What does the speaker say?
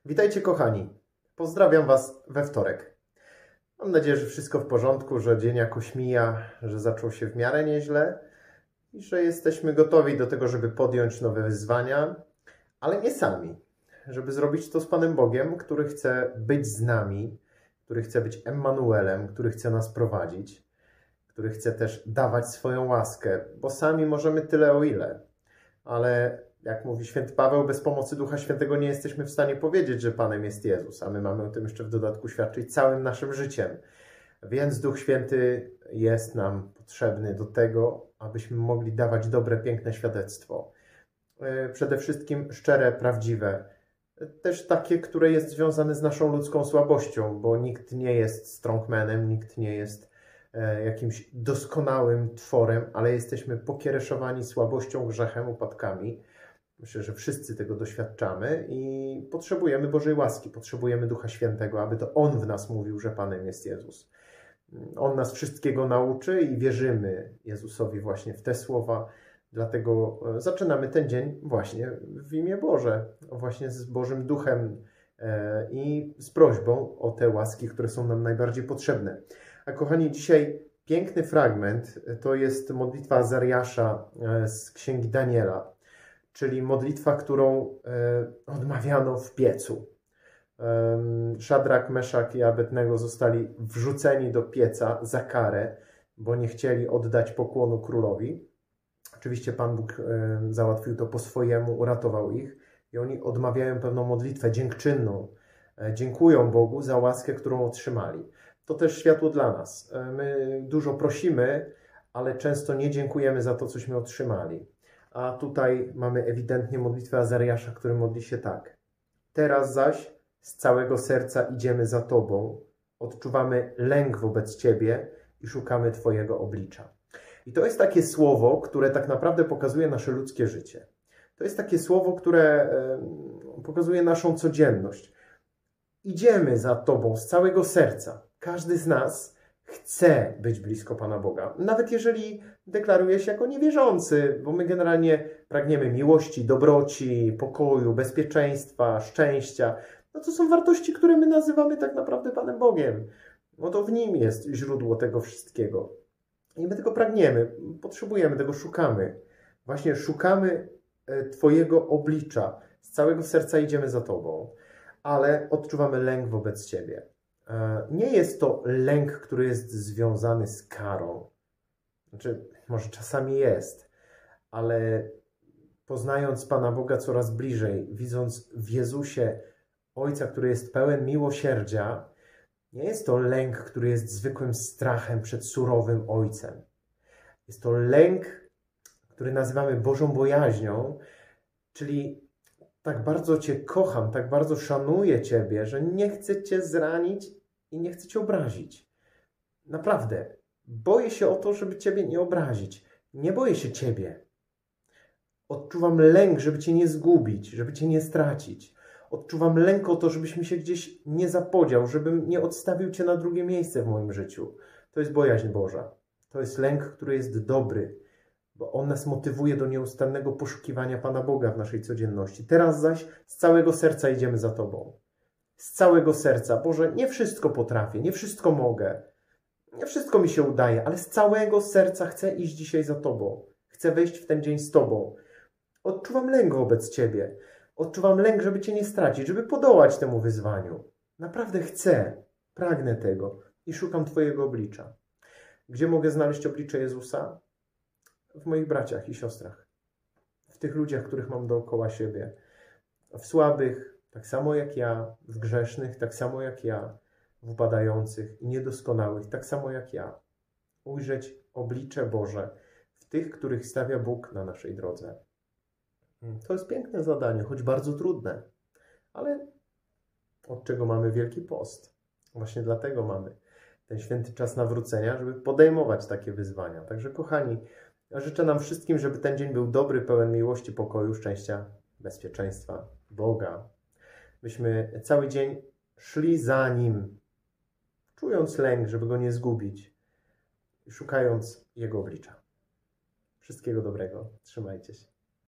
Witajcie kochani, pozdrawiam Was we wtorek. Mam nadzieję, że wszystko w porządku, że dzień jakoś mija, że zaczął się w miarę nieźle i że jesteśmy gotowi do tego, żeby podjąć nowe wyzwania, ale nie sami, żeby zrobić to z Panem Bogiem, który chce być z nami, który chce być Emmanuelem, który chce nas prowadzić, który chce też dawać swoją łaskę, bo sami możemy tyle o ile, ale jak mówi święty Paweł, bez pomocy Ducha Świętego nie jesteśmy w stanie powiedzieć, że Panem jest Jezus, a my mamy o tym jeszcze w dodatku świadczyć całym naszym życiem. Więc Duch Święty jest nam potrzebny do tego, abyśmy mogli dawać dobre, piękne świadectwo. Przede wszystkim szczere, prawdziwe. Też takie, które jest związane z naszą ludzką słabością, bo nikt nie jest strongmanem, nikt nie jest jakimś doskonałym tworem, ale jesteśmy pokiereszowani słabością, grzechem, upadkami. Myślę, że wszyscy tego doświadczamy i potrzebujemy Bożej łaski, potrzebujemy Ducha Świętego, aby to On w nas mówił, że Panem jest Jezus. On nas wszystkiego nauczy i wierzymy Jezusowi właśnie w te słowa. Dlatego zaczynamy ten dzień właśnie w imię Boże, właśnie z Bożym Duchem i z prośbą o te łaski, które są nam najbardziej potrzebne. A kochani, dzisiaj piękny fragment to jest modlitwa Azariasza z Księgi Daniela, czyli modlitwa, którą odmawiano w piecu. Szadrak, Meszak i Abednego zostali wrzuceni do pieca za karę, bo nie chcieli oddać pokłonu królowi. Oczywiście Pan Bóg załatwił to po swojemu, uratował ich i oni odmawiają pewną modlitwę dziękczynną. Dziękują Bogu za łaskę, którą otrzymali. To też światło dla nas. My dużo prosimy, ale często nie dziękujemy za to, cośmy otrzymali. A tutaj mamy ewidentnie modlitwę Azariasza, który modli się tak. Teraz zaś z całego serca idziemy za Tobą, odczuwamy lęk wobec Ciebie i szukamy Twojego oblicza. I to jest takie słowo, które tak naprawdę pokazuje nasze ludzkie życie. To jest takie słowo, które pokazuje naszą codzienność. Idziemy za Tobą z całego serca. Każdy z nas chce być blisko Pana Boga. Nawet jeżeli deklaruje się jako niewierzący, bo my generalnie pragniemy miłości, dobroci, pokoju, bezpieczeństwa, szczęścia. No to są wartości, które my nazywamy tak naprawdę Panem Bogiem. No to w Nim jest źródło tego wszystkiego. I my tego pragniemy, potrzebujemy tego, szukamy. Właśnie szukamy Twojego oblicza. Z całego serca idziemy za Tobą, ale odczuwamy lęk wobec Ciebie. Nie jest to lęk, który jest związany z karą. Znaczy, może czasami jest, ale poznając Pana Boga coraz bliżej, widząc w Jezusie Ojca, który jest pełen miłosierdzia, nie jest to lęk, który jest zwykłym strachem przed surowym Ojcem. Jest to lęk, który nazywamy Bożą bojaźnią, czyli tak bardzo Cię kocham, tak bardzo szanuję Ciebie, że nie chcę Cię zranić i nie chcę Cię obrazić. Naprawdę. Boję się o to, żeby Ciebie nie obrazić. Nie boję się Ciebie. Odczuwam lęk, żeby Cię nie zgubić, żeby Cię nie stracić. Odczuwam lęk o to, żebyś mi się gdzieś nie zapodział, żebym nie odstawił Cię na drugie miejsce w moim życiu. To jest bojaźń Boża. To jest lęk, który jest dobry, bo on nas motywuje do nieustannego poszukiwania Pana Boga w naszej codzienności. Teraz zaś z całego serca idziemy za Tobą. Z całego serca. Boże, nie wszystko potrafię, nie wszystko mogę, nie wszystko mi się udaje, ale z całego serca chcę iść dzisiaj za Tobą. Chcę wejść w ten dzień z Tobą. Odczuwam lęk wobec Ciebie. Odczuwam lęk, żeby Cię nie stracić, żeby podołać temu wyzwaniu. Naprawdę chcę, pragnę tego i szukam Twojego oblicza. Gdzie mogę znaleźć oblicze Jezusa? W moich braciach i siostrach. W tych ludziach, których mam dookoła siebie. W słabych, tak samo jak ja. W grzesznych, tak samo jak ja. W upadających i niedoskonałych, tak samo jak ja. Ujrzeć oblicze Boże w tych, których stawia Bóg na naszej drodze. To jest piękne zadanie, choć bardzo trudne, ale od czego mamy Wielki Post? Właśnie dlatego mamy ten święty czas nawrócenia, żeby podejmować takie wyzwania. Także kochani, życzę nam wszystkim, żeby ten dzień był dobry, pełen miłości, pokoju, szczęścia, bezpieczeństwa, Boga. Byśmy cały dzień szli za Nim, czując lęk, żeby Go nie zgubić i szukając Jego oblicza. Wszystkiego dobrego. Trzymajcie się.